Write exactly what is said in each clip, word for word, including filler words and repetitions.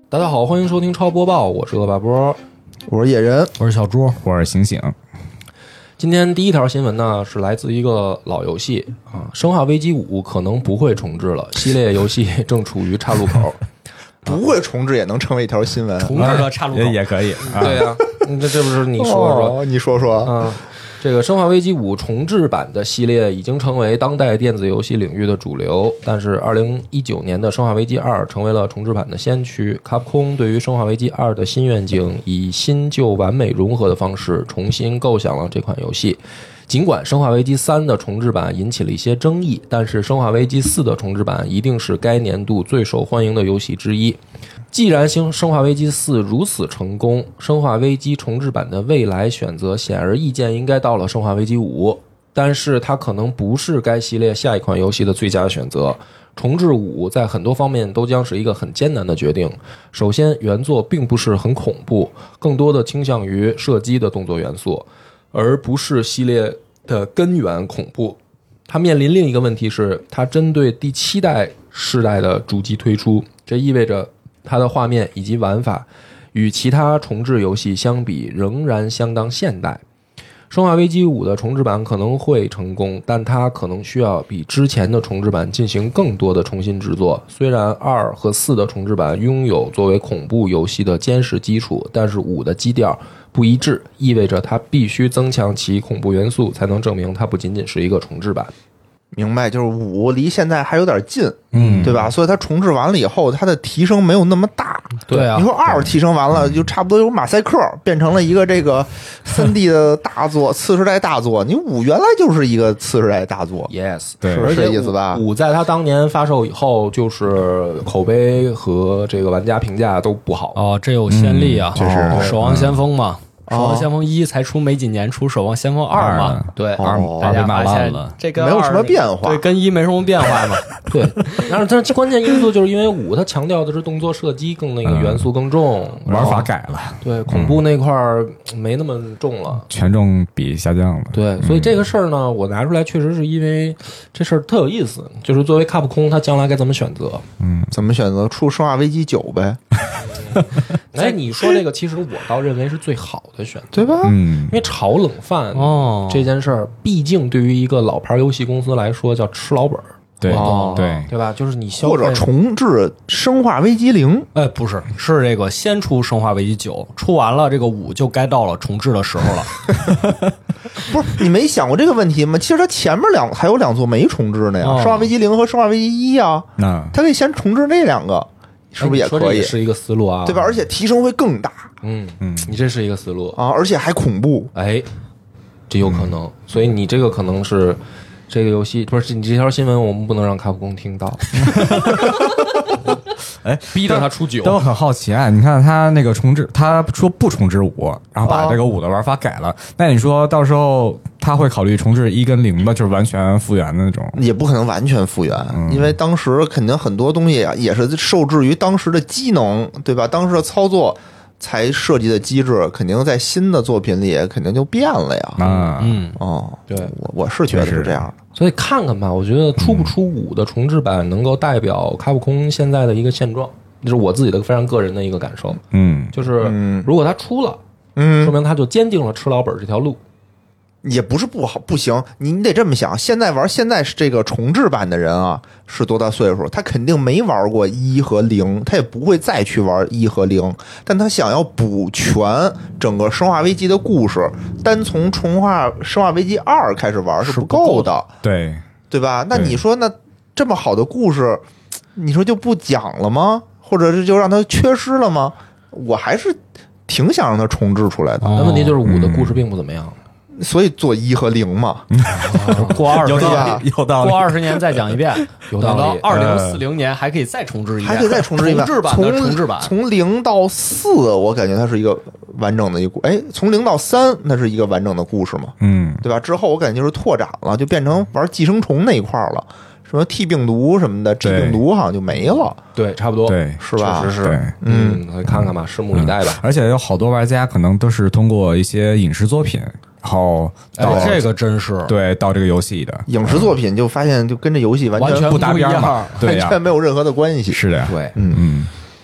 大家好，欢迎收听超播报，我是恶霸波， 我是野人， 我是小猪， 我是醒醒。 今天第一条新闻呢，是来自一个老游戏啊，《生化危机五》可能不会重置了，系列游戏正处于岔路口。 不会重置也能成为一条新闻， 重置的岔路口也可以。 啊对呀、啊，这这不是你说说？ 哦、你说说啊。这个《生化危机五》重置版的系列已经成为当代电子游戏领域的主流，但是二零一九年的《生化危机二》成为了重置版的先驱。卡普空对于《生化危机二》的新愿景，以新旧完美融合的方式重新构想了这款游戏。尽管《生化危机三》的重置版引起了一些争议，但是《生化危机四》的重置版一定是该年度最受欢迎的游戏之一。既然《生化危机四》如此成功，《生化危机》重置版的未来选择显而易见应该到了《生化危机五》，但是它可能不是该系列下一款游戏的最佳选择。重置五在很多方面都将是一个很艰难的决定。首先，原作并不是很恐怖，更多的倾向于射击的动作元素，而不是系列的根源恐怖。它面临另一个问题是，它针对第七代世代的主机推出，这意味着它的画面以及玩法与其他重置游戏相比仍然相当现代。生化危机五的重置版可能会成功，但它可能需要比之前的重置版进行更多的重新制作。虽然二和四的重置版拥有作为恐怖游戏的坚实基础，但是五的基调不一致，意味着它必须增强其恐怖元素，才能证明它不仅仅是一个重置版。 明白，就是五离现在还有点近， 嗯， 对吧？所以它重置完了以后，它的提升没有那么大。 对啊， 你说二提升完了，就差不多有马赛克变成了一个这个三 D 的大作，次世代大作。你五原来就是一个次世代大作 ，yes， 对， 是这意思吧？ 五在它当年发售以后，就是口碑和这个玩家评价都不好。 哦，这有先例啊， 这是 《守望先锋》嘛。 哦守望先锋一才出没几年，出守望先锋二嘛， 对， 哦大家发被骂烂现了， 这跟没有什么变化， 对，跟一没什么变化嘛。 对，然后它关键因素就是因为五它强调的是动作射击更那个元素更重， 嗯、玩法改了， 对，恐怖那块儿没那么重了， 权重比下降了。 对，所以这个事儿呢，我拿出来确实是因为这事儿特有意思，就是作为卡普空，它将来该怎么选择？ 嗯， 怎么选择出《生化危机九》呗？ 哎，你说这个，其实我倒认为是最好的选择， 对吧？ 嗯， 因为炒冷饭哦这件事儿，毕竟对于一个老牌游戏公司来说，叫吃老本儿， 对、 哦、 对对吧？就是你消费或者重置《生化危机零》。 哎，不是，是这个先出《生化危机九》，出完了这个五就该到了重置的时候了。 不是你没想过这个问题吗？其实它前面两还有两座没重置呢呀， 哦生化危机零》和《生化危机一》啊， 那它可以先重置那两个。是不是也可以？ 哎、说这也是一个思路啊， 对吧？而且提升会更大。 嗯嗯，你这是一个思路啊，而且还恐怖。 哎，这有可能。嗯、所以你这个可能是这个游戏，不是你这条新闻，我们不能让卡普空听到。 哎， 逼着他出九， 但我很好奇啊！你看他那个重置，他说不重置五，然后把这个五的玩法改了。哦、那你说到时候他会考虑重置一跟零吗？就是完全复原的那种？ 也不可能完全复原， 嗯、 因为当时肯定很多东西啊也是受制于当时的机能，对吧？当时的操作才设计的机制，肯定在新的作品里肯定就变了呀。 啊， 嗯， 哦， 对， 我我是觉得是这样的。 所以看看吧，我觉得出不出五的重置版能够代表卡普空现在的一个现状，这是我自己的非常个人的一个感受。 嗯， 就是如果他出了， 嗯， 说明他就坚定了吃老本这条路。 也不是不好，不行，你你得这么想。现在玩现在是这个重置版的人啊，是多大岁数？他肯定没玩过一和零，他也不会再去玩一和零。但他想要补全整个生化危机的故事，单从重化生化危机二开始玩是不够的， 对对吧？那你说，那这么好的故事，你说就不讲了吗？或者是就让它缺失了吗？我还是挺想让它重置出来的。 那问题就是五的故事并不怎么样。 所以做一和零嘛， 过二十年，有道理， 过二十年再讲一遍， 有道理。 等到二零四零年还可以再重置一遍， 还可以再重置一遍。 重置版的重置版， 从零到四，我感觉它是一个完整的一个，哎，从零到三，那是一个完整的故事嘛， 嗯， 对吧？之后我感觉就是拓展了，就变成玩寄生虫那一块了。什么 T 病毒什么的 ，G 病毒好像就没了， 对，差不多， 对， 是吧？ 确实是， 对， 嗯，看看吧，拭目以待吧。 嗯、而且有好多玩家可能都是通过一些影视作品，然后到、 哎、这个真是对到这个游戏的影视作品，就发现就跟这游戏完全完全不搭边嘛，对呀， 完全没有任何的关系。 是的呀， 对， 嗯嗯。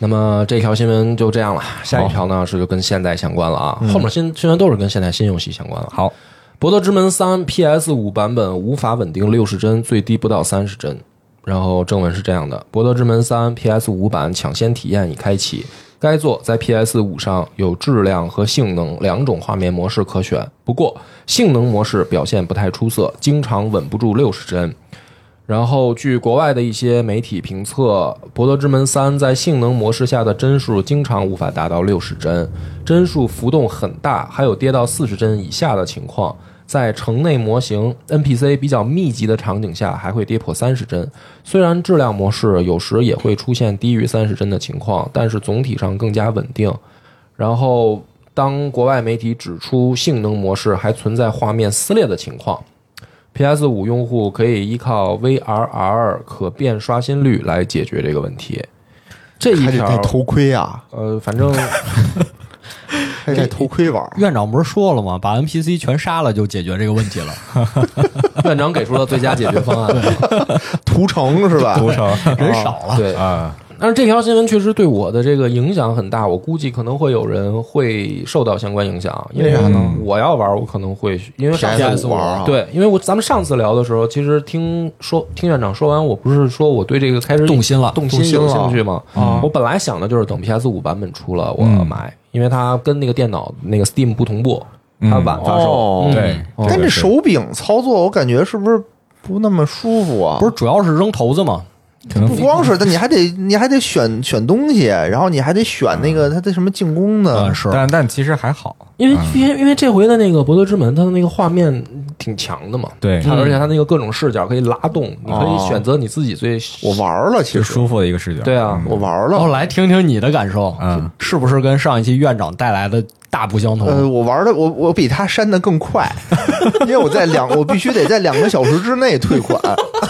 那么这条新闻就这样了，下一条呢是就跟现代相关了啊，后面新新闻都是跟现代新游戏相关了。 好， 博德之门三 P S 五 版本无法稳定六十帧，最低不到三十帧。然后正文是这样的：博德之门三 P S 五 版抢先体验已开启，该作在 P S 五 上有质量和性能两种画面模式可选，不过性能模式表现不太出色，经常稳不住六十帧。然后据国外的一些媒体评测，博德之门三在性能模式下的帧数经常无法达到六十帧，帧数浮动很大，还有跌到四十帧以下的情况。在城内模型 N P C 比较密集的场景下还会跌破三十帧，虽然质量模式有时也会出现低于三十帧的情况，但是总体上更加稳定。然后当国外媒体指出性能模式还存在画面撕裂的情况， P S 五 用户可以依靠 V R R 可变刷新率来解决这个问题。这一条还得戴头盔啊， 呃，反正还得戴头盔玩。 院长不是说了吗？把 N P C 全杀了就解决这个问题了。 院长给出了最佳解决方案。 屠城是吧？ 屠城人少了， 对啊， 但是这条新闻确实对我的这个影响很大，我估计可能会有人会受到相关影响，因为为啥呢我要玩，我可能会因为上 P S 次五玩啊？ 对，因为我咱们上次聊的时候，其实听说听院长说完，我不是说我对这个开始动心了动心有动心了兴趣吗？ 啊我本来想的就是等 P S 五 版本出了我嗯买，因为它跟那个电脑那个 Steam 不同步，它晚发售。 哦嗯对， 但这手柄操作我感觉是不是不那么舒服啊？ 不是主要是扔头子吗？ 可能不光是，但你还得你还得选选东西，然后你还得选那个它的什么进攻的嗯，。是。 但但其实还好， 因为因为因为这回的那个博德之门，它的那个画面挺强的嘛， 对， 它而且它那个各种视角可以拉动，你可以选择你自己最我玩了，其实就舒服的一个视角。 对啊嗯我玩然后了。 来听听你的感受， 嗯， 是不是跟上一期院长带来的大不相同？ 呃，我玩的我我比他删的更快，因为我在两我必须得在两个小时之内退款。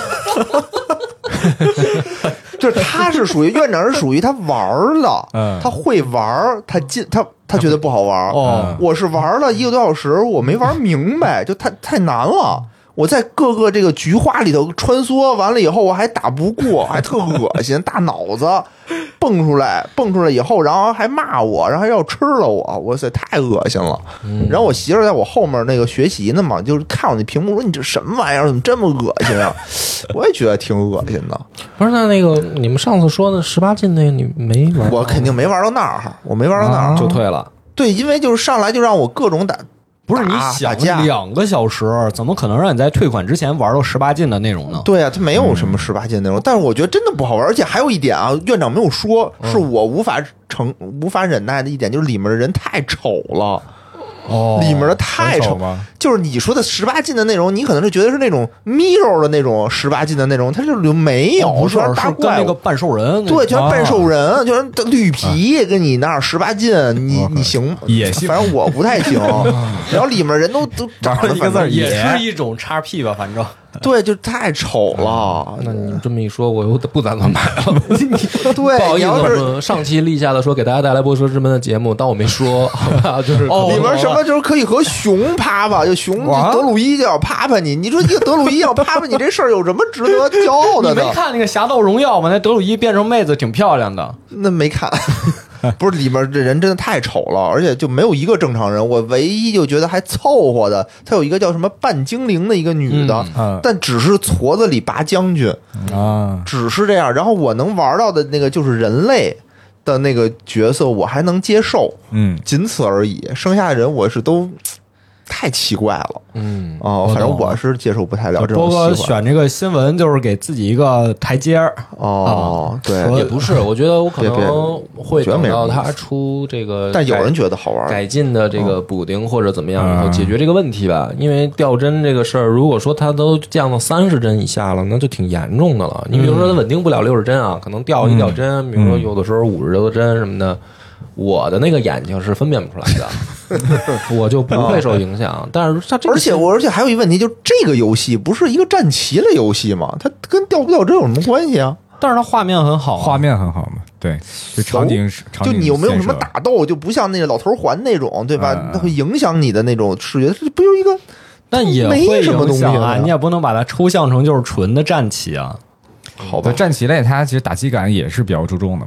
就是他是属于院长，是属于他玩了， 嗯他会玩，他进他他觉得不好玩。 哦我是玩了一个多小时，我没玩明白，就太太难了。我在各个这个菊花里头穿梭，完了以后我还打不过，还特恶心，大脑子蹦出来，蹦出来以后，然后还骂我，然后还要吃了我，哇塞，太恶心了。然后我媳妇儿在我后面那个学习呢嘛，就是看我那屏幕说你这什么玩意儿，怎么这么恶心啊？我也觉得挺恶心的。 不是那那个你们上次说的十八禁那个你没玩？ 我肯定没玩到那儿，我没玩到那儿。 啊就退了。 对，因为就是上来就让我各种打。 不是你打想打架两个小时，怎么可能让你在退款之前玩到十八禁的内容呢？ 对啊，它没有什么十八禁内容，但是我觉得真的不好玩，而且还有一点啊，院长没有说，是我无法承无法忍耐的一点，就是里面的人太丑了。 哦里面的太丑很丑吗？ 就是你说的十八禁的内容，你可能是觉得是那种 Miro 的那种十八禁的内容，它这里没有， 哦不是全大是跟怪物。 那个半兽人那对，全是半兽啊人，就是绿皮，跟你那儿十八禁，你哦你行也行反正我不太行。然后里面人都都长得一个字儿也也是一种叉 P 吧，反正对，就太丑了。 那你这么一说，我又不打算买了。 对， 不好意思， 你要是我们上期立下的说给大家带来博德之门的节目，当我没说，好吧？就是哦里面什么就是可以和熊啪啪，就熊哇德鲁伊就要啪啪你，你说一个德鲁伊要啪啪你，这事儿有什么值得骄傲你的呢？ 没看那个《侠盗荣耀》吗？那德鲁伊变成妹子挺漂亮的。 那没看，不是里面这人真的太丑了，而且就没有一个正常人。我唯一就觉得还凑合的，他有一个叫什么半精灵的一个女的， 嗯但只是矬子里拔将军， 啊， 只是这样。然后我能玩到的那个就是人类的那个角色，我还能接受， 嗯， 仅此而已。剩下的人我是都太奇怪了。 嗯， 哦，反正我是接受不太了这种波哥习惯。 选这个新闻就是给自己一个台阶儿。 哦，对， 也不是，我觉得我可别别能会觉得等到它没什么意思出这个， 但有人觉得好玩。 改进的这个补丁或者怎么样以后嗯解决这个问题吧。因为掉帧这个事儿，如果说它都降到三十帧以下了，那就挺严重的了。你比如说它稳定不了六十帧啊，可能掉一掉帧，比如说有的时候五十多帧什么的。我的那个眼睛是分辨不出来的，我就不会受影响。但是它这个而且我而且还有一个问题，就是这个游戏不是一个战棋类游戏吗？它跟掉不掉帧有什么关系啊？ 但是它画面很好啊， 画面很好嘛，对，就场景场景就你有没有什么建设打斗，就不像那个老头环那种，对吧嗯？ 它会影响你的那种视觉，这不就是一个但也没会什么东西影响啊。 啊你也不能把它抽象成就是纯的战棋啊。 好吧对？战棋类它其实打击感也是比较注重的嘛，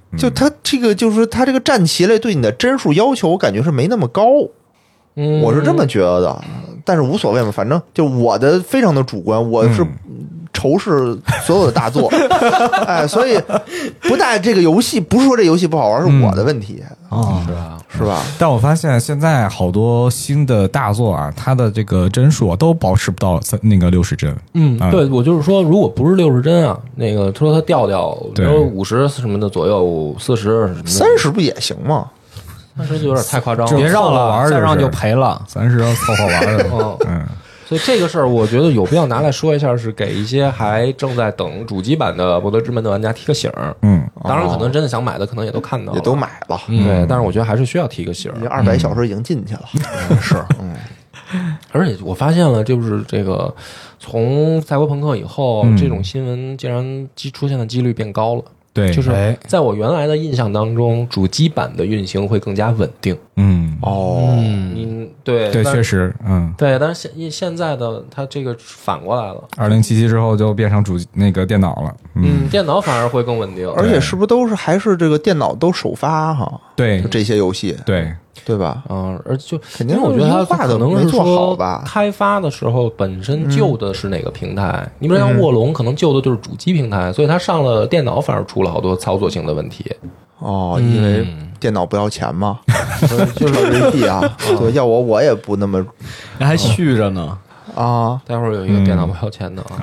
就它这个就是它这个战棋类对你的帧数要求，我感觉是没那么高， 嗯， 我是这么觉得的。但是无所谓嘛，反正就我的非常的主观，我是仇视所有的大作，哎，所以不但这个游戏不是说这游戏不好玩，是我的问题啊， 是吧？ 是吧？ 但我发现现在好多新的大作啊，它的这个帧数啊都保持不到三那个六十帧。 嗯， 啊对，我就是说，如果不是六十帧啊，那个他说他调调，比对如五十什么的左右，四十什么的， 三十不也行吗？ 三十就有点太夸张了， 别让凑合玩儿了，再让就是就赔了。 三十要凑合玩的， 嗯嗯， 所以这个事儿，我觉得有必要拿来说一下，是给一些还正在等主机版的《博德之门》的玩家提个醒儿。 嗯， 当然，可能真的想买的，可能也都看到了， 也都买了， 对。但是我觉得还是需要提个醒儿。 二百小时已经进去了， 是，嗯。而且我发现了，就是这个从赛博朋克以后， 嗯这种新闻竟然机出现的几率变高了。 对， 就是哎在我原来的印象当中，主机版的运行会更加稳定。 嗯， 哦， 嗯， 你对对， 但确实，嗯， 对，但是现现在的它这个反过来了， 二零七七之后就变成主那个电脑了， 嗯，电脑反而会更稳定。 而且是不是都是还是这个电脑都首发哈？ 对就这些游戏， 对， 对吧？ 嗯，而就肯定因为我觉得它优化的可能是没做好说吧开发的时候本身旧的是哪个平台？你比如像卧龙，可能旧的就是主机平台，所以它上了电脑反而出了好多操作性的问题。 哦，因为电脑不要钱嘛， 就是 R P 啊，对，要我我也不那么还续着呢。 啊。 待会儿有一个电脑不要钱的啊，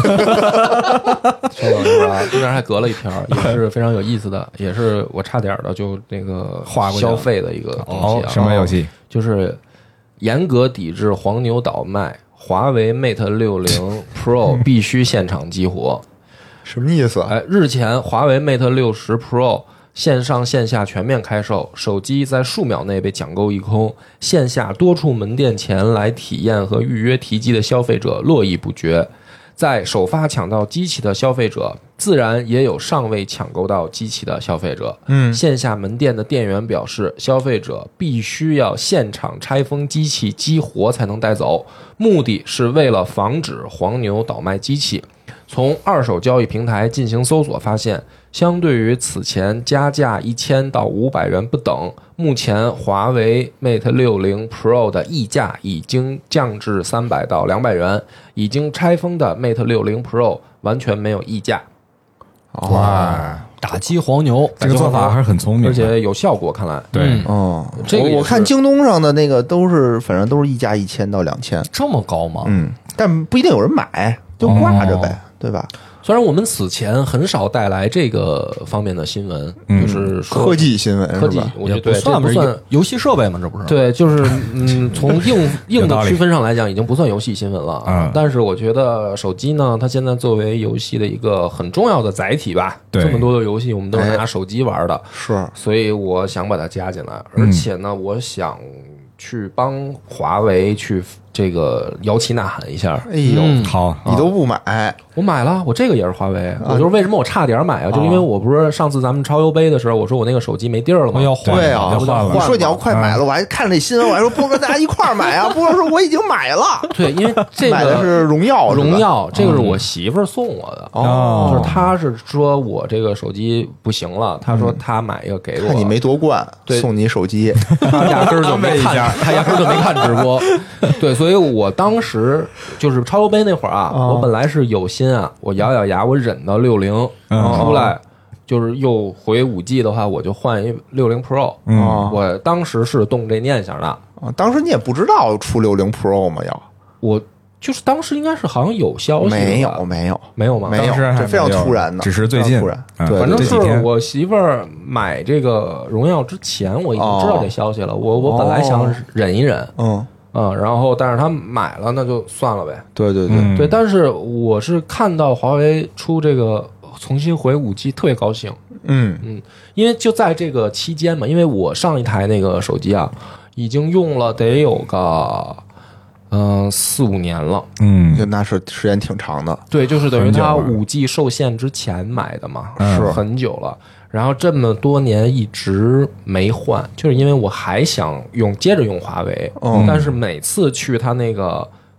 稍等一会儿啊，中间还隔了一条，也是非常有意思的，也是我差点的就那个划过去了消费的一个东西啊，， 哦什么游戏？ 就是严格抵制黄牛倒卖，华为 Mate 六零 Pro 必须现场激活。 什么意思？ 哎，日前华为 Mate 六十 Pro 线上线下全面开售，手机在数秒内被抢购一空，线下多处门店前来体验和预约提机的消费者络绎不绝。在首发抢到机器的消费者，自然也有尚未抢购到机器的消费者。 嗯， 线下门店的店员表示，消费者必须要现场拆封机器激活才能带走，目的是为了防止黄牛倒卖机器。从二手交易平台进行搜索发现，相对于此前加价一千到五百元不等，目前华为 Mate 六零 Pro 的溢价已经降至三百到两百元，已经拆封的 Mate 六零 Pro 完全没有溢价。 哇， 打击黄牛， 这个做法还是很聪明的， 而且有效果，看来对， 嗯哦， 这个也是我我看京东上的那个都是，反正都是溢价一千到两千， 这么高吗？ 嗯，但不一定有人买，就挂着呗， 哦对吧？ 虽然我们此前很少带来这个方面的新闻， 嗯就是说科技新闻科技是吧？， 也我觉得对， 算吧， 这不算。 游戏设备吗？这不是？， 对，就是嗯，从硬硬道理的区分上来讲，已经不算游戏新闻了啊。 嗯但是我觉得手机呢，它现在作为游戏的一个很重要的载体吧， 对这么多的游戏我们都是拿哎手机玩的， 是， 所以我想把它加进来， 嗯而且呢，我想去帮华为去这个摇旗呐喊一下。 哎呦， 嗯好， 你都不买， 我买了，我这个也是华为，我就是为什么我差点买啊？就因为我不是上次咱们超游杯的时候，我说我那个手机没地儿了吗？ 我要换对啊， 要换了你说你要快买了，我还看这新闻，我还说波哥大家一块儿买啊，波哥说我已经买了， 对，因为这个买的是荣耀，是吧荣耀，这个是我媳妇儿送我的。 哦就是她是说我这个手机不行了，她说她买一个给我， 看你没夺冠， 对送你手机， 她压根儿就没看，她压根儿就没看直播。对，所以我当时就是超游杯那会儿啊， 哦我本来是有心啊，我咬咬牙，我忍到六零嗯出来，就是又回五 G 的话，我就换一六零 Pro。 嗯我当时是动这念想的， 啊，当时你也不知道出六零 Pro 吗？要我就是当时应该是好像有消息的吧， 没有没有没有吗？ 没有， 当时还这非常没有突然的， 只是最近非常突然， 嗯对， 反正是这几天我媳妇儿买这个荣耀之前，我已经知道这消息了。我我本来想忍一忍， 嗯， 嗯，然后但是她买了，那就算了呗。 对对对， 嗯对，但是我是看到华为出这个重新回五 G，特别高兴， 嗯因为就在这个期间嘛，因为我上一台那个手机啊，已经用了得有个嗯、呃四五年了。 嗯就那是时间挺长的， 对，就是等于很久了它五 G 受限之前买的嘛， 嗯是很久了。然后这么多年一直没换，就是因为我还想用接着用华为， 嗯但是每次去它那个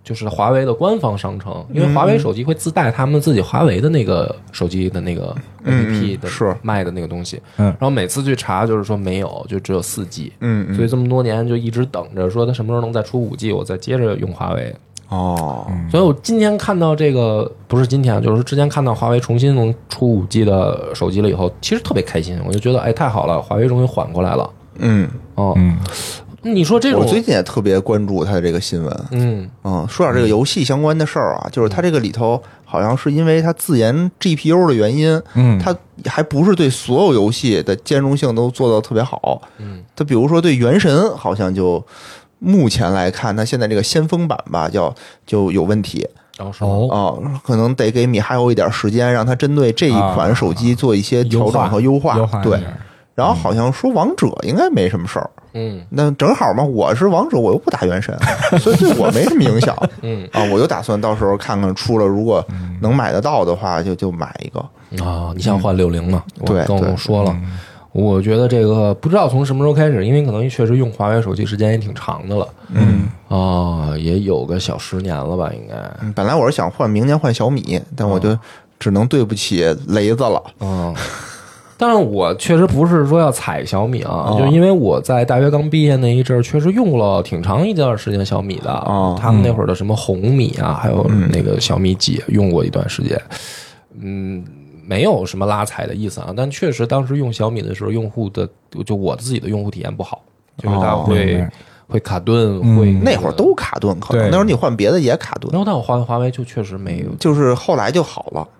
就是华为的官方商城，因为华为手机会自带他们自己华为的那个手机的那个 A P P 的是卖的那个东西， 嗯， 然后每次去查就是说没有，就只有四 G， 嗯， 所以这么多年就一直等着说它什么时候能再出五 G， 我再接着用华为。 哦， 所以我今天看到这个，不是今天，就是之前看到华为重新能出五 G 的手机了以后，其实特别开心，我就觉得哎太好了，华为终于缓过来了。 嗯哦， 嗯， 你说这种， 我最近也特别关注他的这个新闻。 嗯嗯，说点这个游戏相关的事儿啊，就是它这个里头好像是因为它自研 G P U 的原因， 嗯它还不是对所有游戏的兼容性都做到特别好。 嗯， 它比如说对《原神》好像就目前来看，它现在这个先锋版吧，叫就有问题。 然后哦， 啊、可能得给米哈游一点时间，让它针对这一款手机做一些调整和优化。对， 优化一点然后好像说王者应该没什么事儿， 嗯那正好嘛，我是王者，我又不打原神，所以对我没什么影响。 嗯啊，我就打算到时候看看出了，如果能买得到的话，就就买一个。 啊，你想换六零嘛？我跟对对我说了，我觉得这个不知道从什么时候开始，因为可能确实用华为手机时间也挺长的了。 嗯啊，也有个小十年了吧，应该。 嗯，本来我是想换明年换小米，但我就只能对不起雷子了。 嗯，但是我确实不是说要踩小米啊， 哦就因为我在大学刚毕业那一阵儿，确实用了挺长一段时间小米的。 哦他们那会儿的什么红米啊，还有那个小米几，用过一段时间。嗯，没有什么拉踩的意思啊，但确实当时用小米的时候，用户的就我自己的用户体验不好，就是它哦会、 对会卡顿，会、 嗯那会儿都卡顿，可能对那会儿你换别的也卡顿然，后但我换华为就确实没有。 就是后来就好了。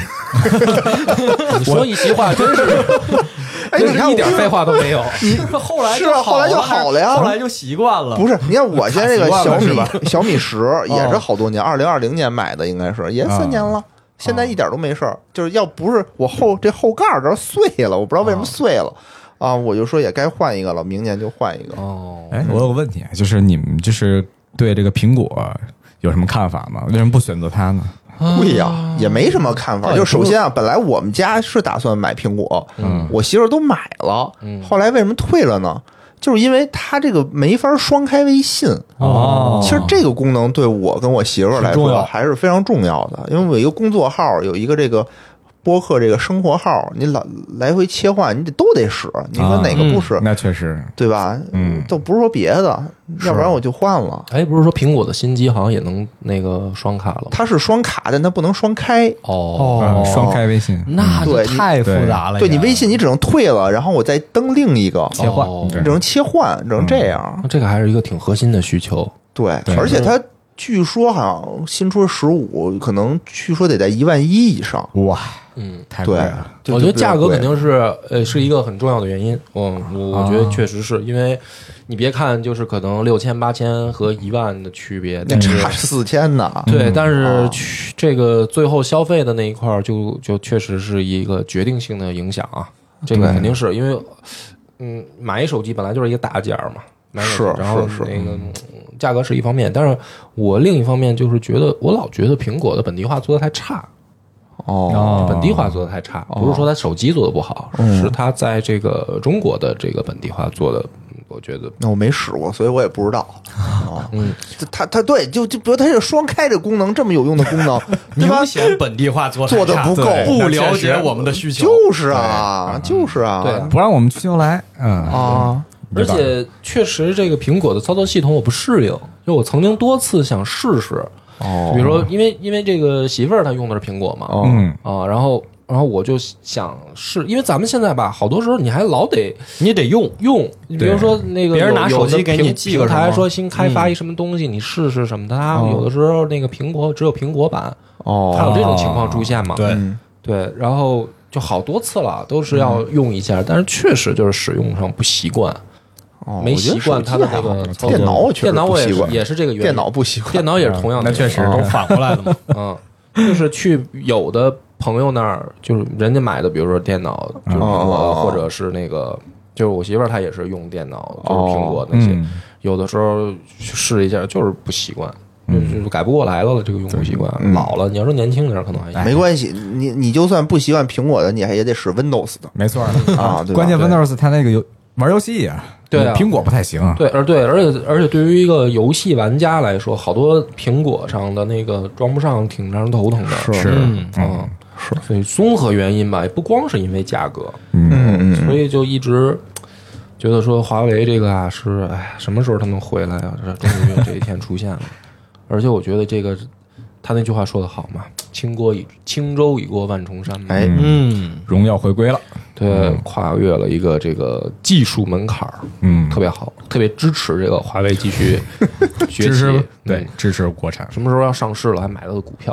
你说一席话真是， 哎，你看真是一点废话都没有。 后来是啊后来就好了呀后来就习惯了。 不是，你看我现在这个卡习小惯了米小米十也是好多年，二零二零年买的，应该是也四年了。现在一点都没事儿，就是要不是我后这后盖儿这儿碎了，我不知道为什么碎了啊，我就说也该换一个了，明年就换一个。 哦， 哎，我有个问题，就是你们就是对这个苹果有什么看法吗？为什么不选择它呢？ 贵呀，也没什么看法。就首先啊，本来我们家是打算买苹果， 嗯我媳妇儿都买了， 嗯后来为什么退了呢？就是因为它这个没法双开微信。 哦其实这个功能对我跟我媳妇儿来说很重要还是非常重要的，因为我有一个工作号，有一个这个播客这个生活号，你来来回切换，你得都得使。你说哪个不使， 那确实， 对吧？ 嗯都不是说别的，要不然我就换了。 哎，不是说苹果的新机好像也能那个双卡了吗？ 它是双卡，但它不能双开。 哦， 嗯，双开微信， 那就对你太复杂了呀。 对你微信，你只能退了，然后我再登另一个， 切换哦只能切换，只能这样。 这个还是一个挺核心的需求。 对， 对而且它据说好像新出十五，可能据说得在一万一以上。 哇， 嗯， 对太贵了。， 就我觉得价格肯。 就比较贵定是呃是一个很重要的原因。嗯，我我觉得确实是因为你别看就是可能六千八千和一万的区别，但是差四千呢。 对，但是啊去这个最后消费的那一块儿就就确实是一个决定性的影响啊。这个对肯定是因为嗯买一手机本来就是一个大件儿嘛。买手机是然后是是那个嗯价格是一方面，但是我另一方面就是觉得，我老觉得苹果的本地化做的太差， 哦， 本地化做的太差，不是说它手机做的不好， 嗯是它在这个中国的这个本地化做的，我觉得， 那我没使过，所以我也不知道。啊， 嗯， 它它对，就就比如它这个双开这功能这么有用的功能，对吧明？显本地化做太差做得不够不了解我们的需求。 就是啊，就是啊， 对不让我们去就来，嗯啊， 而且确实这个苹果的操作系统我不适应，就我曾经多次想试试， 哦比如说因为因为这个媳妇儿她用的是苹果嘛， 哦嗯， 啊，然后然后我就想试，因为咱们现在吧，好多时候你还老得你得用， 用，你比如说那个别人拿有手机给你有的平寄个什么平台说新开发一什么东西，你试试什么的，它哦有的时候那个苹果只有苹果版， 哦， 它有这种情况出现嘛？ 对嗯对，然后就好多次了，都是要用一下，但是确实就是使用上不习惯，没哦我觉得习惯它的那手机还好个操作。 电脑我确实电脑我也不习惯是也是这个原因， 电脑不习惯， 电脑也是同样的那确实原因都反过来的嘛。 嗯，就是去有的朋友那儿，就是人家买的，比如说电脑，就是苹果， 哦或者是那个，就是我媳妇儿她也是用电脑，就是苹果那些， 嗯有的时候去试一下，就是不习惯。就是改不过来了，这个用户习惯嗯老了。你要说年轻点儿，可能还行。 没关系，你你就算不习惯苹果的，你还也得使 Windows 的没错啊，对吧？ 关键 Windows 它那个有玩游戏呀， 对啊苹果不太行啊。 对，而对，而且而且对于一个游戏玩家来说，好多苹果上的那个装不上，挺让人头疼的。 是是， 嗯嗯是，所以综合原因吧，也不光是因为价格， 嗯嗯嗯所以就一直觉得说华为这个啊是，哎，什么时候它能回来啊？这终于这一天出现了。而且我觉得这个他那句话说的好嘛，轻过已轻舟已过万重山嘛。 哎， 嗯， 荣耀回归了。 对，跨越了一个这个技术门槛儿， 嗯， 特别好，特别支持这个华为继续崛起支持。对嗯， 支持国产。 什么时候要上市了，还买了个股票。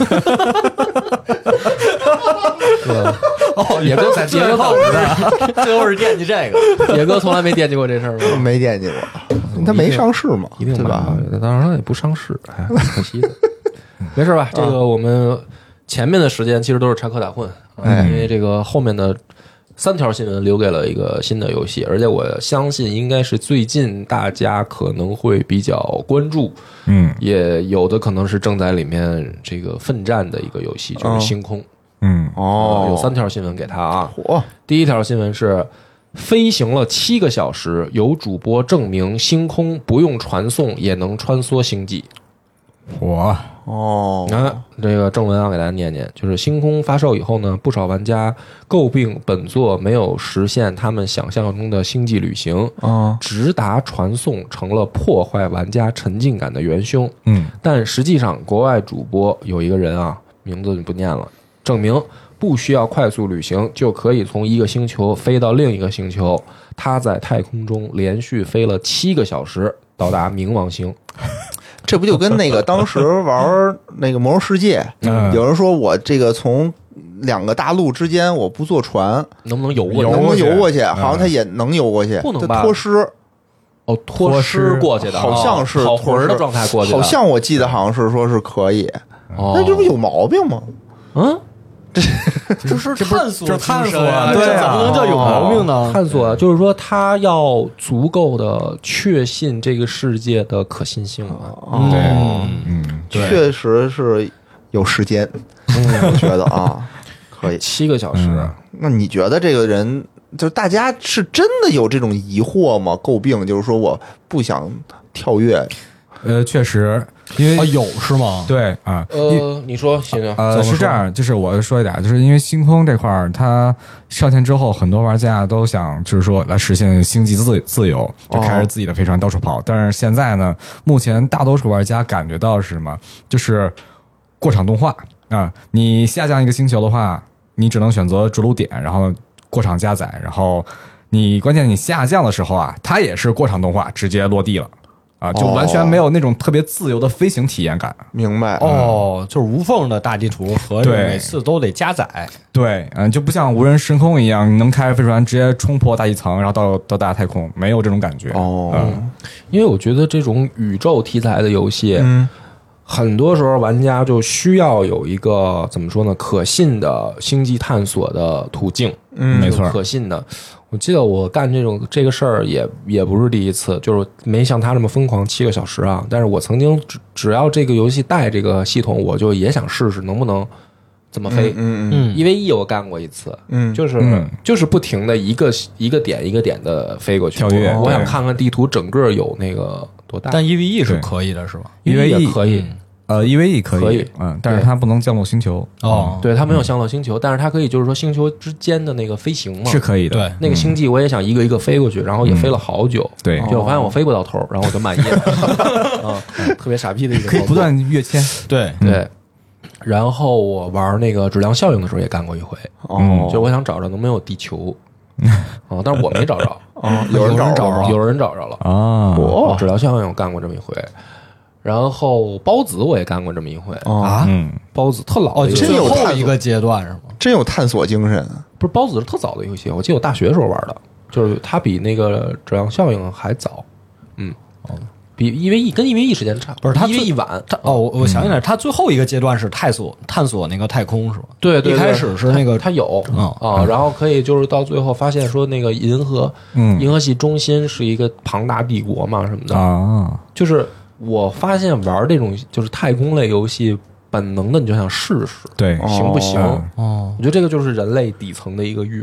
对， 哦， 野哥在野哥老的，最后是惦记这个。 野哥从来没惦记过这事儿吗？ 没惦记过，他没上市嘛， 一定对吧？ 买？当然了，也不上市，哎，可惜的。没事吧？这个我们前面的时间其实都是插科打诨， 哎因为这个后面的三条新闻留给了一个新的游戏，而且我相信应该是最近大家可能会比较关注， 嗯也有的可能是正在里面这个奋战的一个游戏，就是星空。 嗯哦呃，有三条新闻给他啊。 嚯， 第一条新闻是飞行了七个小时，有主播证明星空不用传送也能穿梭星际。 我哦， 啊，这个正文啊，给大家念念，就是星空发售以后呢，不少玩家诟病本作没有实现他们想象中的星际旅行， 嗯直达传送成了破坏玩家沉浸感的元凶。 嗯但实际上，国外主播有一个人啊，名字就不念了，证明不需要快速旅行就可以从一个星球飞到另一个星球。他在太空中连续飞了七个小时，到达冥王星。 这不就跟那个当时玩那个魔兽世界， 嗯有人说我这个从两个大陆之间我不坐船， 能不能游过去？ 能不能游过去？ 嗯好像他也能游过去， 不能吧他脱尸， 哦，脱尸过去的， 好像是哦跑魂儿的状态过去的， 好像我记得好像是说是可以， 哦， 那这不有毛病吗？ 嗯。 这是探索， 这探索啊， 对啊这怎么能叫有毛病呢？ 探索就是说，他要足够的确信这个世界的可信性啊。 哦对，嗯对确实是有时间，我觉得啊，可以。 七个小时， 嗯那你觉得这个人，就大家是真的有这种疑惑吗？诟病就是说我不想跳跃， 呃，确实，因为啊，有是吗？ 对啊，因呃，你说行啊？ 呃， 怎么说是这样，就是我说一点，就是因为星空这块儿，它上线之后，很多玩家都想，就是说来实现星际自自由，就开着自己的飞船到处跑。但是现在呢，目前大多数玩家感觉到是什么？就是过场动画啊，你下降一个星球的话，你只能选择着陆点，然后过场加载，然后你关键你下降的时候啊，它也是过场动画，直接落地了。啊，就完全没有那种特别自由的飞行体验感。 明白？ 哦，就是无缝的大地图和对每次都得加载。 对，嗯，就不像无人深空一样，你能开着飞船直接冲破大气层，然后到到大太空，没有这种感觉。 哦， 嗯因为我觉得这种宇宙题材的游戏， 嗯很多时候玩家就需要有一个怎么说呢，可信的星际探索的途径。 嗯没错可信的。我记得我干这种这个事儿也也不是第一次，就是没像他这么疯狂七个小时啊。但是我曾经只只要这个游戏带这个系统，我就也想试试能不能怎么飞。 嗯嗯嗯， 一 v 一我干过一次， 嗯， 就是、 嗯就是不停的一个一个点一个点的飞过去跳跃对我我想看看地图整个有那个多大。 但 E V E 是对可以的，是吧？ 因为 E V E 也可以， 呃，E V E 可以， 可以嗯，但是它不能降落星球。 哦， 对，它没有降落星球，但是它可以就是说星球之间的那个飞行嘛。 是可以的。 对那个星际我也想一个一个飞过去，然后也飞了好久。 对就我发现我飞不到头，然后我就满意了。啊，特别傻逼的一个操作可以不断跃迁。 对， 对。然后我玩那个质量效应的时候也干过一回， 哦， 就我想找找能不能有地球。啊，但是我没找着。 哦，有人找着了， 有人找着了。 啊， 哦，质量效应我干过这么一回。然后包子我也干过这么一回。 啊， 嗯， 包子特老哦， 的游戏就最后真有探索一个阶段是吗？ 真有探索精神。 不是包子是特早的游戏，我记得我大学时候玩的，就是它比那个质量效应还早。嗯，比 E V E 跟 E V E 时间差， 不是它 E V 最 E 晚。 它哦，我我想起来，它最后一个阶段是探索探索那个太空是吧？ 对对，对一开始是那个它有嗯啊，然后可以就是到最后发现说那个银河， 嗯银河系中心是一个庞大帝国嘛什么的， 啊， 就是我发现玩这种就是太空类游戏，本能的你就想试试， 对， 行不行？ 哦哦， 我觉得这个就是人类底层的一个欲望。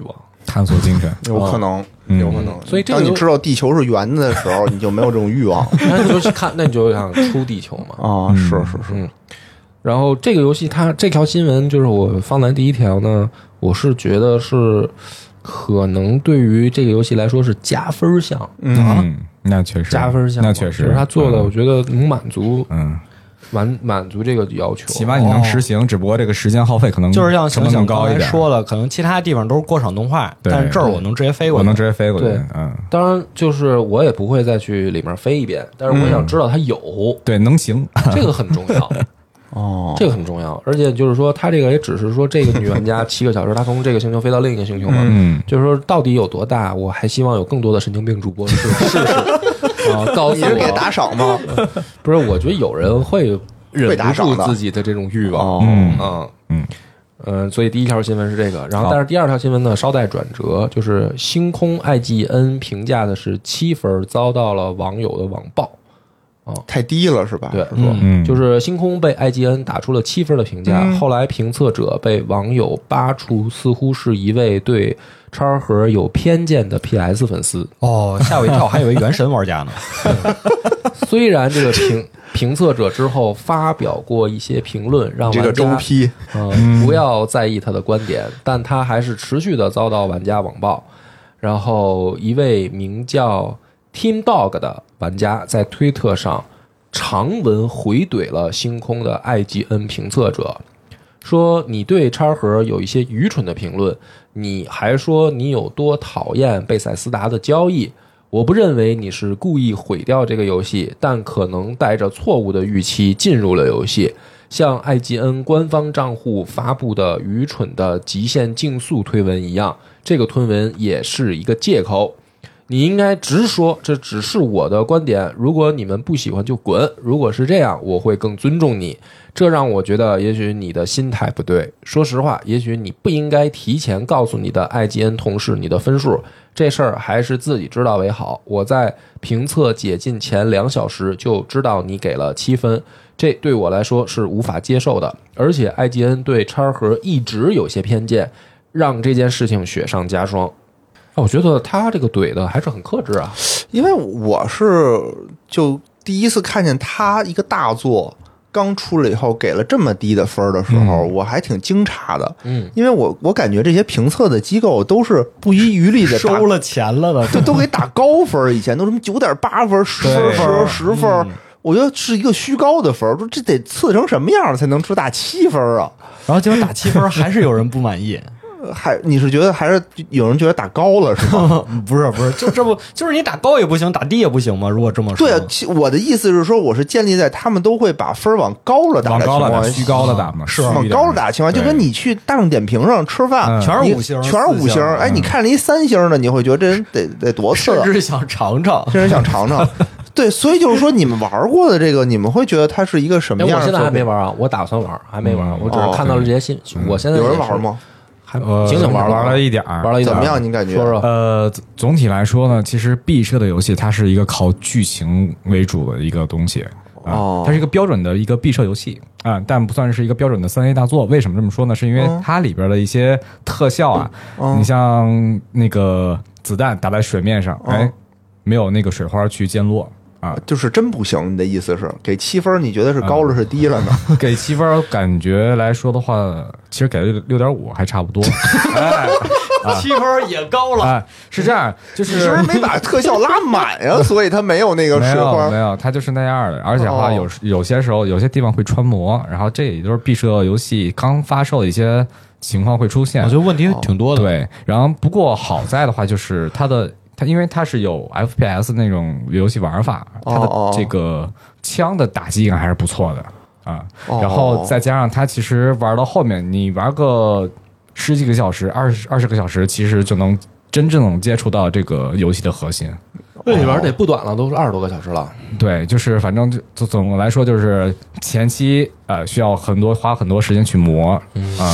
探索精神， 有可能， 嗯有可能。 所以这个当你知道地球是圆的时候，你就没有这种欲望那你就去看，那你就想出地球嘛。 啊！是是是， 嗯，然后这个游戏它这条新闻就是我放在第一条呢，我是觉得是可能对于这个游戏来说是加分项， 嗯，那确实加分项， 那确实， 就是他做的， 嗯我觉得能满足， 嗯， 满满足这个要求， 起码你能实行，只不过这个时间耗费可能就是像成本想刚更高一点。 才说了，可能其他地方都是过场动画， 对但是这儿我能直接飞过去， 我能直接飞过去对， 嗯， 当然，就是我也不会再去里面飞一遍，但是我想知道它有， 对，能行， 这个很重要。 哦， 这个很重要，而且就是说，他这个也只是说这个女玩家七个小时，她从这个星球飞到另一个星球嘛， 嗯， 就是说到底有多大，我还希望有更多的神经病主播试试试啊，告诉你是给打我， 赏吗？ 不是，我觉得有人会忍会打不住赏的自己的这种欲望， 哦， 嗯啊， 嗯嗯，所以第一条新闻是这个，然后好但是第二条新闻呢稍带转折，就是星空 I G N 评价的是七分，遭到了网友的网暴。 太低了是吧？ 对是说嗯， 就是星空被 I G N 打出了七分的评价， 嗯后来评测者被网友扒出似乎是一位对叉盒有偏见的 P S 粉丝。 哦，吓我一跳，还以为原神玩家呢。 虽然这个评评测者之后发表过一些评论，让这个玩家周批， 嗯不要在意他的观点，但他还是持续的遭到玩家网暴。然后一位名叫 Team Dog 的玩家在推特上长文回怼了星空的 I G N 评测者，说你对叉盒有一些愚蠢的评论，你还说你有多讨厌贝塞斯达的交易。我不认为你是故意毁掉这个游戏，但可能带着错误的预期进入了游戏。像 I G N 官方账户发布的愚蠢的极限竞速推文一样，这个推文也是一个借口。你应该直说，这只是我的观点，如果你们不喜欢就滚，如果是这样，我会更尊重你。这让我觉得也许你的心态不对。说实话，也许你不应该提前告诉你的 I G N 同事你的分数，这事儿还是自己知道为好。我在评测解禁前两小时就知道你给了七分，这对我来说是无法接受的。而且 I G N 对叉盒一直有些偏见，让这件事情雪上加霜。我觉得他这个怼的还是很克制啊。 因为我是就第一次看见他一个大作刚出了以后给了这么低的分的时候，我还挺惊诧的。 嗯， 因为我我感觉这些评测的机构都是不遗余力的收了钱了的， 都都给打高分，以前都什么九点八分、十分、十分，我觉得是一个虚高的分，说这得次成什么样才能出打七分啊？ 然后结果打七分还是有人不满意。 还你是觉得还是有人觉得打高了是吗？ 不是不是，就这不就是你打高也不行，打低也不行吗？如果这么说， 对啊，其我的意思是说，我是建立在他们都会把分往高了打往的情况下， 高了打，虚高的打嘛， 是往高了打的情况下，就跟你去大众点评上吃饭， 嗯你全是五星， 全是五星，哎，你看了一三星的，你会觉得这人得得多次啊， 甚至想尝尝。 这人想尝尝。对，所以就是说，你们玩过的这个，你们会觉得它是一个什么哎， 样的？ 我现在还没玩啊，我打算玩，还没玩，我只是看到了这些信。我现在有人也是玩吗？ 还呃， 醒醒玩玩了一点儿， 玩了一点怎么样？你感觉？ 说说。 呃，总体来说呢，其实毕设的游戏它是一个靠剧情为主的一个东西啊， 哦它是一个标准的一个毕设游戏啊，但不算是一个标准的三 A 大作。为什么这么说呢？是因为它里边的一些特效啊， 嗯你像那个子弹打在水面上，哎，没有那个水花去溅落。啊， 就是真不行，你的意思是给七分？你觉得是高了是低了呢？ 给七分感觉来说的话，其实给六六点五还差不多。哎， 七分也高了。 哎，是这样，就是你是不是没把特效拉满呀？所以它没有那个没水花有没。有，它就是那样的。而且的话， 哦有有些时候有些地方会穿模，然后这也就是毕设游戏刚发售的一些情况会出现。 我觉得问题挺多的。 对，然后不过好在的话就是它的。它因为它是有 F P S 那种游戏玩法，它的这个枪的打击感还是不错的啊。 哦然后再加上它其实玩到后面，你玩个十几个小时、二十二十个小时，其实就能真正能接触到这个游戏的核心。 那你玩得不短了，都是二十多个小时了。 对，就是反正就就总的来说，就是前期呃需要很多花很多时间去磨啊。 哦，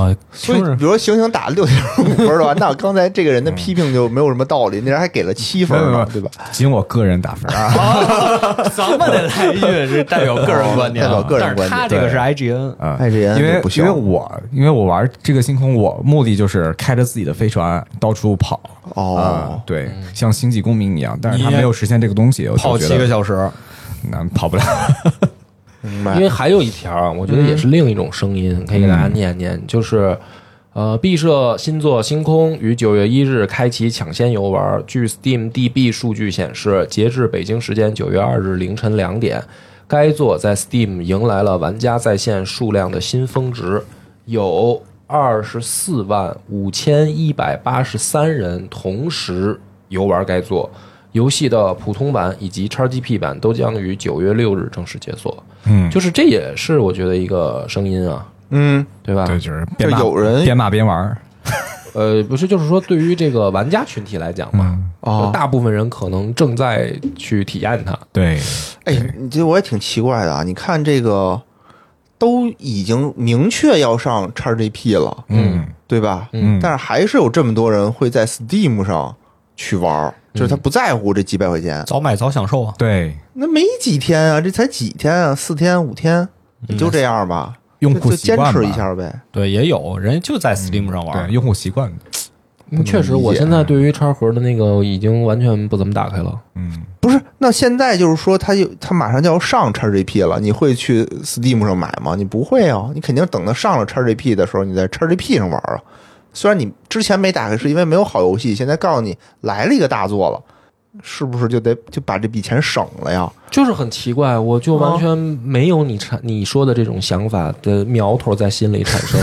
啊， 所以听着比如说行刑打六点五分的话，那刚才这个人的批评就没有什么道理，那人还给了七分呢，对吧？ 仅我个人打分啊， 咱们得来一句是代表个人观点， 代表个人观点但是他这个是 I G N 啊， I G N 因为不行因为我因为我玩这个星空，我目的就是开着自己的飞船到处跑。 哦啊，对，像星际公民一样，但是他你也没有实现这个东西，我就跑觉得七个小时， 那跑不了。 明白因为还有一条啊，我觉得也是另一种声音，可以给大家念念，就是呃，毕设新作《星空》于九月一日开启抢先游玩。据 Steam D B 数据显示，截至北京时间九月二日凌晨两点，该作在 Steam 迎来了玩家在线数量的新峰值，有二十四万五千一百八十三人同时游玩该作。游戏的普通版以及 X G P 版都将于九月六日正式解锁。 嗯， 就是这也是我觉得一个声音啊， 嗯， 对吧？ 对，就是边骂就有人边骂边玩。 呃，不是，就是说对于这个玩家群体来讲嘛， 哦大部分人可能正在去体验它。 对， 哎，你这我也挺奇怪的啊！你看这个，都已经明确要上 X G P 了， 嗯对吧？ 嗯， 但是还是有这么多人会在 Steam 上去玩，就是他不在乎这几百块钱。 早买早享受啊。 对， 那没几天啊，这才几天啊，四天五天，也就这样吧。 用户就坚习惯吧持一下呗。 对，也有人就在 Steam 上玩。 对，用户习惯。 嗯确实，我现在对于叉盒的那个已经完全不怎么打开了。 嗯， 不是，那现在就是说，他有他马上就要上 X G P 了，你会去 Steam 上买吗？你不会啊，你肯定等到上了 X G P 的时候，你在 X G P 上玩啊。虽然你之前没打开，是因为没有好游戏，现在告诉你来了一个大作了，是不是就得就把这笔钱省了呀？ 就是很奇怪，我就完全没有你产你说的这种想法的苗头在心里产生。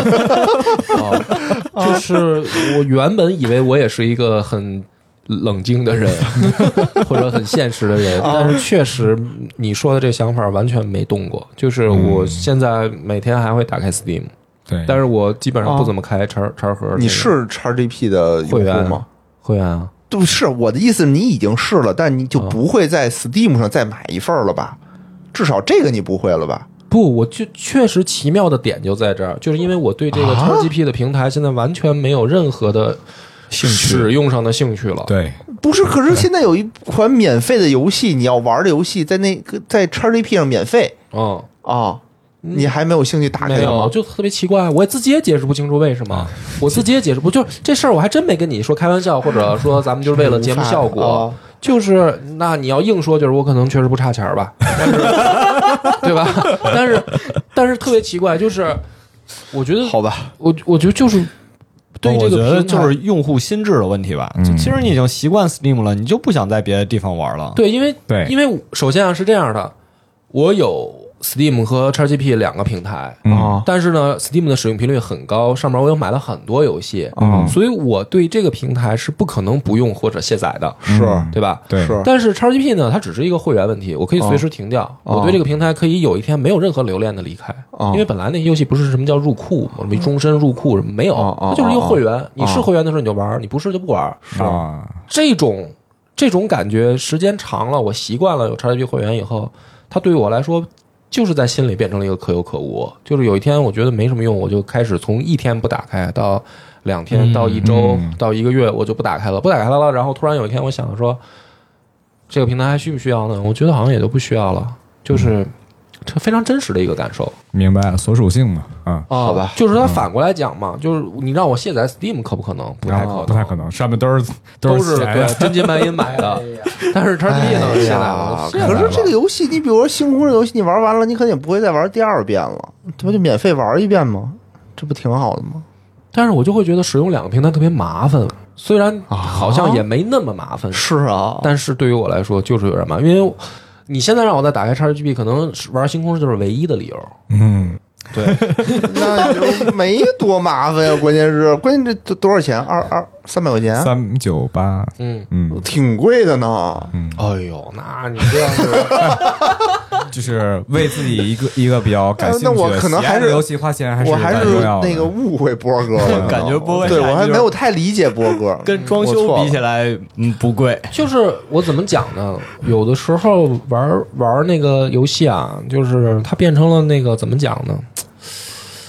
啊，就是我原本以为我也是一个很冷静的人，或者很现实的人，但是确实你说的这想法完全没动过。就是我现在每天还会打开 Steam， 对， 但是我基本上不怎么开叉叉盒。 你是 X G P 的会员用户吗？ 会员啊。 不是，我的意思，你已经是了，但你就不会在 Steam 上再买一份了吧？至少这个你不会了吧？ 不，我就确实奇妙的点就在这儿，就是因为我对这个 X G P 的平台现在完全没有任何的兴趣使用上的兴趣了。 对， 不是，可是现在有一款免费的游戏，你要玩的游戏在那个在 X G P 上免费嗯， 啊，你还没有兴趣打开没有， 它吗？ 就特别奇怪，我自己也解释不清楚为什么，我自己也解释不，就是这事儿我还真没跟你说开玩笑，或者说咱们就是为了节目效果， 啊就是那你要硬说，就是我可能确实不差钱儿吧，但是对吧？但是但是特别奇怪，就是我觉得好吧， 我我觉得就是对于这我觉得个平台就是用户心智的问题吧。 嗯就其实你已经习惯 Steam 了，你就不想在别的地方玩了。 对，因为对因为首先啊是这样的，我有 Steam 和 X G P 两个平台， 啊但是呢 Steam 的使用频率很高，上面我有买了很多游戏， 啊所以我对这个平台是不可能不用或者卸载的， 是对吧？ 对， 是但是 X G P 呢，它只是一个会员问题，我可以随时停掉。 哦我对这个平台可以有一天没有任何留恋的离开， 哦因为本来那游戏不是什么叫入库，什么终身入库什么没有， 哦哦它就是一个会员。 哦你是会员的时候你就玩，你不是就不玩。 啊， 这种这种感觉时间长了，我习惯了有 X G P 会员以后，它对于我来说就是在心里变成了一个可有可无。就是有一天我觉得没什么用，我就开始从一天不打开到两天到一周嗯到一个月，我就不打开了，不打开了。然后突然有一天我想说，这个平台还需不需要呢？我觉得好像也都不需要了，就是这非常真实的一个感受。 明白了，所属性嘛，啊， 啊， 好吧就是它反过来讲嘛，就是你让我卸载 Steam 可不可能？不太可能， 啊不太可能，上面都是都是是钱对真金白银买的。但是 X G P 呢， 哎卸载呀了，卸载可是了这个游戏，你比如说《星空》这游戏，你玩完了，你肯定不会再玩第二遍了，这不就免费玩一遍吗？这不挺好的吗？ 但是我就会觉得使用两个平台特别麻烦，虽然好像也没那么麻烦， 是啊， 但是对于我来说就是有点麻烦，因为你现在让我再打开 X G P， 可能玩星空就是唯一的理由。 嗯， 对， 那就没多麻烦呀。关键是，关键这多少钱？二二三百块钱， 三九八， 嗯， 嗯， 挺贵的呢。 哎呦，那你这样子， 就是为自己一个一个比较感兴趣的那我可能还是喜爱的游戏花钱，还是我还是蛮重要的那个误会波哥了， 感觉波哥对我还没有就是太理解波哥， 跟装修我错了比起来，嗯，不贵。 就是我怎么讲呢？有的时候玩玩那个游戏啊，就是它变成了那个怎么讲呢？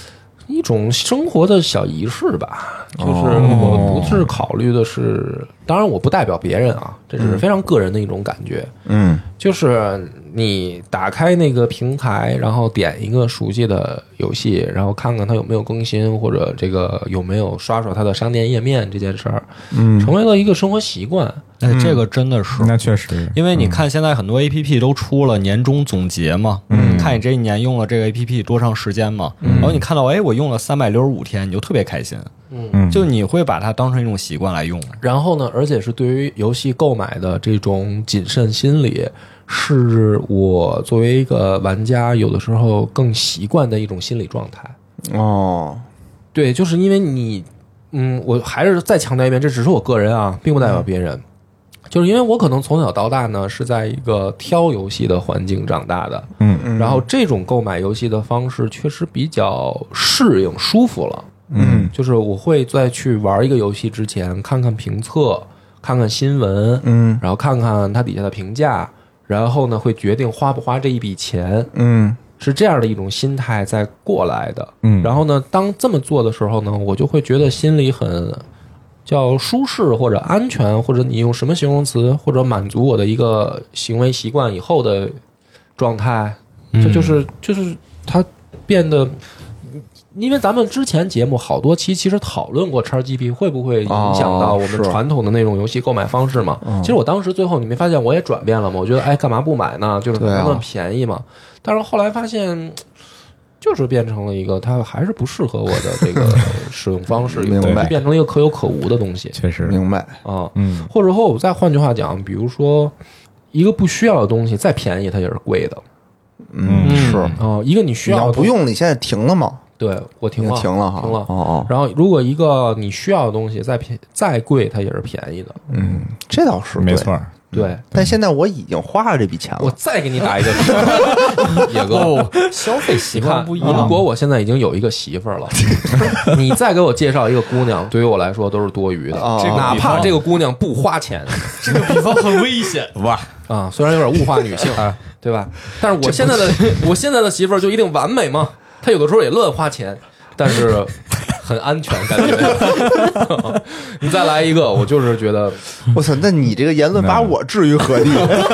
一种生活的小仪式吧，就是我不是考虑的是，当然我不代表别人啊，这只是非常个人的一种感觉。 嗯， 就是你打开那个平台，然后点一个熟悉的游戏，然后看看它有没有更新，或者这个有没有刷刷它的商店页面这件事儿，嗯，成为了一个生活习惯。 哎，这个真的是， 那确实， 因为你看现在很多 A P P 都出了年终总结嘛，嗯，看你这一年用了这个 A P P 多长时间嘛，然后你看到哎我用了三百六十五天，你就特别开心，嗯，就你会把它当成一种习惯来用。 然后呢，而且是对于游戏购买的这种谨慎心理，是我作为一个玩家有的时候更习惯的一种心理状态。 哦， 对，就是因为你，嗯，我还是再强调一遍，这只是我个人啊，并不代表别人。就是因为我可能从小到大呢是在一个挑游戏的环境长大的， 嗯嗯，然后这种购买游戏的方式确实比较适应舒服了， 嗯， 就是我会在去玩一个游戏之前看看评测，看看新闻， 嗯， 然后看看它底下的评价，然后呢会决定花不花这一笔钱， 嗯， 是这样的一种心态在过来的， 嗯， 然后呢当这么做的时候呢，我就会觉得心里很叫舒适或者安全，或者你用什么形容词，或者满足我的一个行为习惯以后的状态，这就是就是它变得，因为咱们之前节目好多期其实讨论过 X G P 会不会影响到我们传统的那种游戏购买方式嘛？其实我当时最后你没发现我也转变了吗？我觉得哎，干嘛不买呢？就是那么便宜嘛。但是后来发现。就是变成了一个，它还是不适合我的这个使用方式， 明白， 变成了一个可有可无的东西。 确实明白啊，嗯，或者说我再换句话讲，比如说一个不需要的东西，再便宜它也是贵的。 嗯，是啊，一个你需要你要不用，你现在停了吗？ 对我停了， 停了哈， 停了。 哦哦。 然后如果一个你需要的东西再便再贵，它也是便宜的。 嗯，这倒是没错。 对， 但现在我已经花了这笔钱了， 我再给你打一个野哥， 哦，消费习惯不一样。 如果我现在已经有一个媳妇儿了，你再给我介绍一个姑娘，对于我来说都是多余的。 哦、 哪怕这个姑娘不花钱， 这个比方很危险， 哇啊！虽然有点物化女性，对吧？但是我现在的我现在的媳妇儿就一定完美吗？她有的时候也乱花钱，但是。很安全感觉，你再来一个，我就是觉得， 我操！那你这个言论把我置于何地？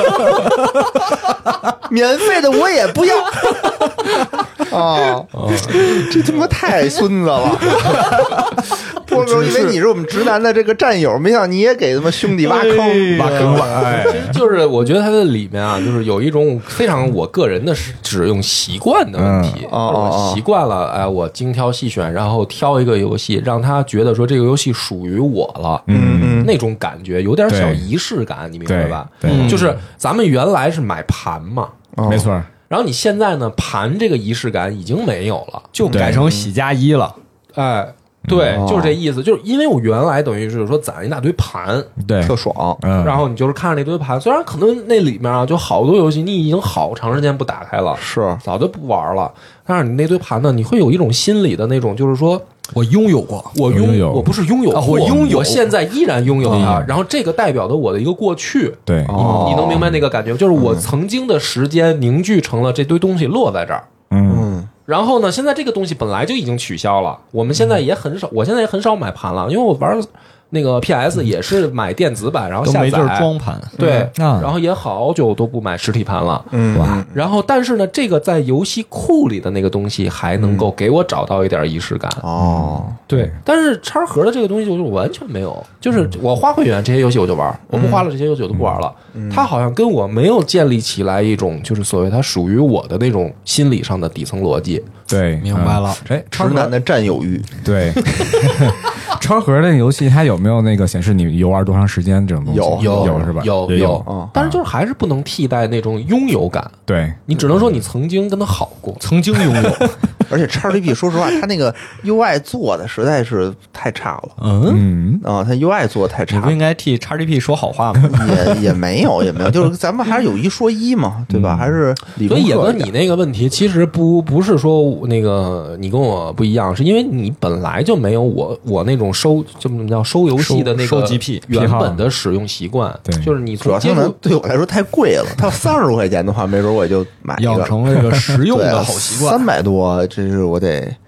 免费的我也不要啊！这他妈太孙子了！我我以为你是我们直男的这个战友，没想到你也给他妈兄弟挖坑，挖坑了。 哎，其实就是我觉得它的里面啊，就是有一种非常我个人的使用习惯的问题。 嗯、 我习惯了，哎，我精挑细选，然后挑一个游戏，让他觉得说这个游戏属于我了。 嗯嗯， 那种感觉有点小仪式感，你明白吧？ 对， 就是咱们原来是买盘嘛， 没错。 然后你现在呢，盘这个仪式感已经没有了， 就改成喜加一了。 哎。对，就是这意思，就是因为我原来等于是说攒一大堆盘， 对， 特爽。 嗯， 然后你就是看着那堆盘，虽然可能那里面啊，就好多游戏你已经好长时间不打开了， 是早就不玩了，但是你那堆盘呢，你会有一种心理的那种，就是说我拥有过， 我拥有， 我不是拥有， 啊、我拥有， 我现在依然拥有它，然后这个代表的我的一个过去， 对， 哦、 你能明白那个感觉？就是我曾经的时间凝聚成了这堆东西落在这儿， 嗯。 然后呢，现在这个东西本来就已经取消了，我们现在也很少，我现在也很少买盘了，因为我玩那个 P S 也是买电子版，然后下载都没地儿装盘， 对， 嗯、 然后也好久都不买实体盘了， 嗯， 哇，然后但是呢，这个在游戏库里的那个东西还能够给我找到一点仪式感， 哦， 对，但是叉盒的这个东西就是完全没有，就是我花会员这些游戏我就玩，我不花了这些游戏我都不玩了， 嗯、 它好像跟我没有建立起来一种就是所谓它属于我的那种心理上的底层逻辑。 对， 明白了。 哎， 直男的占有欲。 对，超盒那个游戏它有没有那个显示你游玩多长时间这种东西？ 有有有是吧？ 有有， 嗯， 但是就是还是不能替代那种拥有感。 对， 你只能说你曾经跟他好过， 曾经拥有。 而且 X G P 说实话，它那个 U I 做的实在是太差了。 嗯啊，它 U I 做的太差了。 你不应该替 X G P 说好话吗？ 也也没有，也没有，就是咱们还是有一说一嘛，对吧？还是理所以也跟你你那个问题其实不不是说那个你跟我不一样，是因为你本来就没有我我那种收就怎么叫收游戏的那个收集癖原本的使用习惯。 对， 就是你主要它能对我来说太贵了，它要三十多块钱的话，没准我也就买一个， 养成了一个实用的好习惯。 三百多，这是我得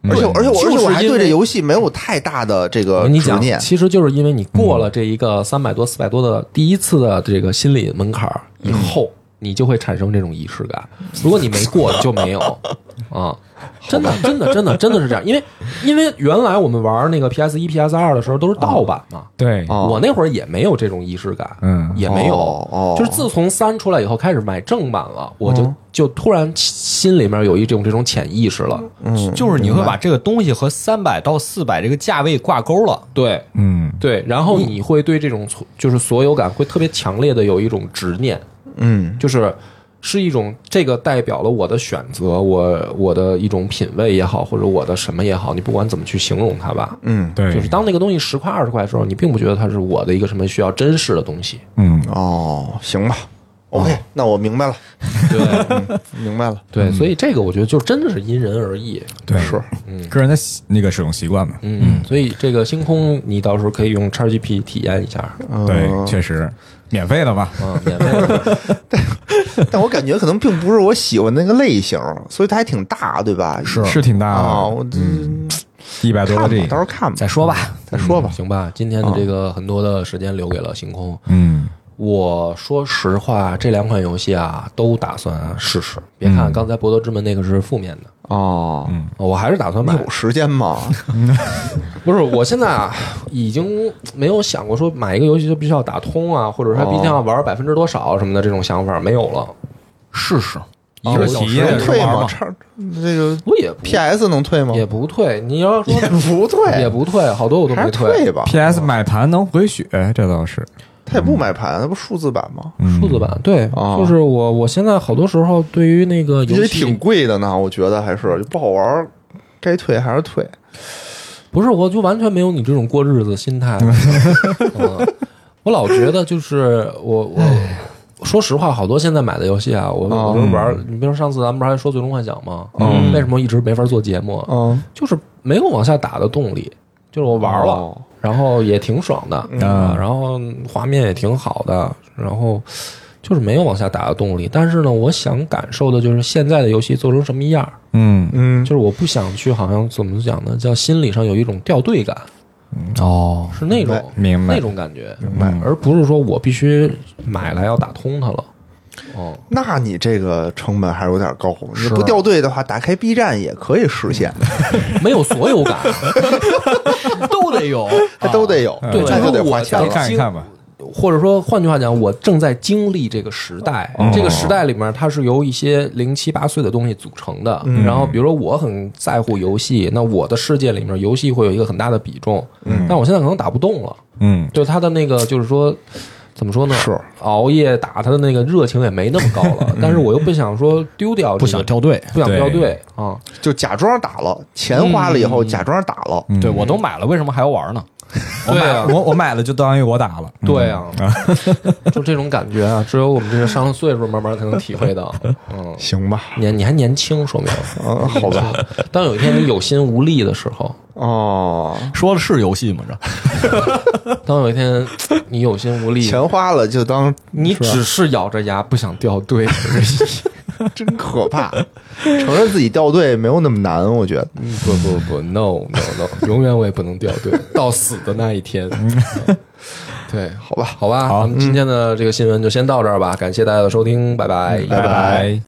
而且而且我而且我还对这游戏没有太大的这个你讲， 执念。 其实就是因为你过了这一个三百多、四百多的第一次的这个心理门槛以后，你就会产生这种仪式感。如果你没过，就没有啊。真的，真的，真的，真的是这样。因为，因为原来我们玩那个 P S 一、P S 二的时候都是盗版嘛。 对， 我那会儿也没有这种仪式感， 嗯， 也没有。 哦哦就是自从三出来以后，开始买正版了，我就就突然心里面有一种这种潜意识了。 嗯， 就是你会把这个东西和三百到四百这个价位挂钩了。 对， 嗯， 对，然后你会对这种就是所有感会特别强烈的有一种执念， 嗯， 就是是一种这个代表了我的选择，我我的一种品味也好，或者我的什么也好，你不管怎么去形容它吧， 嗯， 对， 就是当那个东西十块二十块的时候，你并不觉得它是我的一个什么需要珍视的东西。 嗯， 哦，行吧 ，OK，、哦、那我明白了， 对， 嗯、明白了， 对，所以这个我觉得就真的是因人而异。 对， 是， 嗯， 个人的那个使用习惯嘛。 嗯，所以这个星空你到时候可以用 X G P 体验一下。 嗯、 对，确实免费的嘛， 嗯，免费的。 但我感觉可能并不是我喜欢那个类型，所以它还挺大，对吧？ 是是挺大的啊，我嗯，一百多个 G， 到时候看吧， 再说吧， 再说吧， 行吧。今天的这个很多的时间留给了星空。 嗯， 我说实话，这两款游戏啊，都打算试试。别看刚才《博德之门》那个是负面的哦， 嗯， 我还是打算买。 有时间吗？ 不是，我现在啊，已经没有想过说买一个游戏就必须要打通啊，或者说必须要玩百分之多少什么的这种想法没有了。 试试一个体验能退吗？ 玩嘛叉这个我也 P S 能退吗？ 也不退，你要说也不退， 也不退，好多我都还是没退。 退吧。 P S 买盘能回血，这倒是。 他也不买盘，那不数字版吗？ 数字版对， 哦就是我我现在好多时候对于那个游戏也挺贵的呢，我觉得还是就不好玩，该退还是退。 不是，我就完全没有你这种过日子心态。嗯，我老觉得就是我我说实话，好多现在买的游戏啊，我我就玩。你比如说上次咱们不是还说《最终幻想》吗？ 嗯， 为什么一直没法做节目？ 嗯， 就是没有往下打的动力。就是我玩了， 哦然后也挺爽的， 嗯啊，然后画面也挺好的，然后就是没有往下打的动力。但是呢，我想感受的就是现在的游戏做成什么样。 嗯嗯， 就是我不想去，好像怎么讲呢？叫心理上有一种掉队感， 哦， 是那种明白那种感觉， 明白而不是说我必须买来要打通它了。哦， 那你这个成本还是有点高。你不掉队的话，打开 B 站也可以实现， 没有所有感， 都得有， 它都得有， 对， 那就得花钱我了。 看一看吧。 或者说，换句话讲，我正在经历这个时代。 哦这个时代里面，它是由一些零七八碎的东西组成的。 嗯然后，比如说，我很在乎游戏，那我的世界里面，游戏会有一个很大的比重。 嗯但我现在可能打不动了。 嗯， 就它的那个，就是说，怎么说呢？ 是熬夜打它的那个热情也没那么高了。但是我又不想说丢掉、这个， 不想掉队。 不想掉队对啊。 就假装打了，钱花了以后假装打了。 嗯对我都买了，为什么还要玩呢？ 我买对啊我我买了就当于我打了。 对啊，就这种感觉啊，只有我们这个上了岁数，慢慢才能体会到。嗯， 行吧， 年你还年轻，说明。 嗯，好吧。 当有一天你有心无力的时候， 哦， 说的是游戏吗？这当有一天你有心无力， 钱花了就当你只是咬着牙不想掉队而已。 真可怕。承认自己掉队没有那么难，我觉得。 嗯不不不，no no no，永远我也不能掉队，到死的那一天。对， 好吧， 好吧，咱们今天的这个新闻就先到这儿吧，感谢大家的收听，拜拜， 拜拜。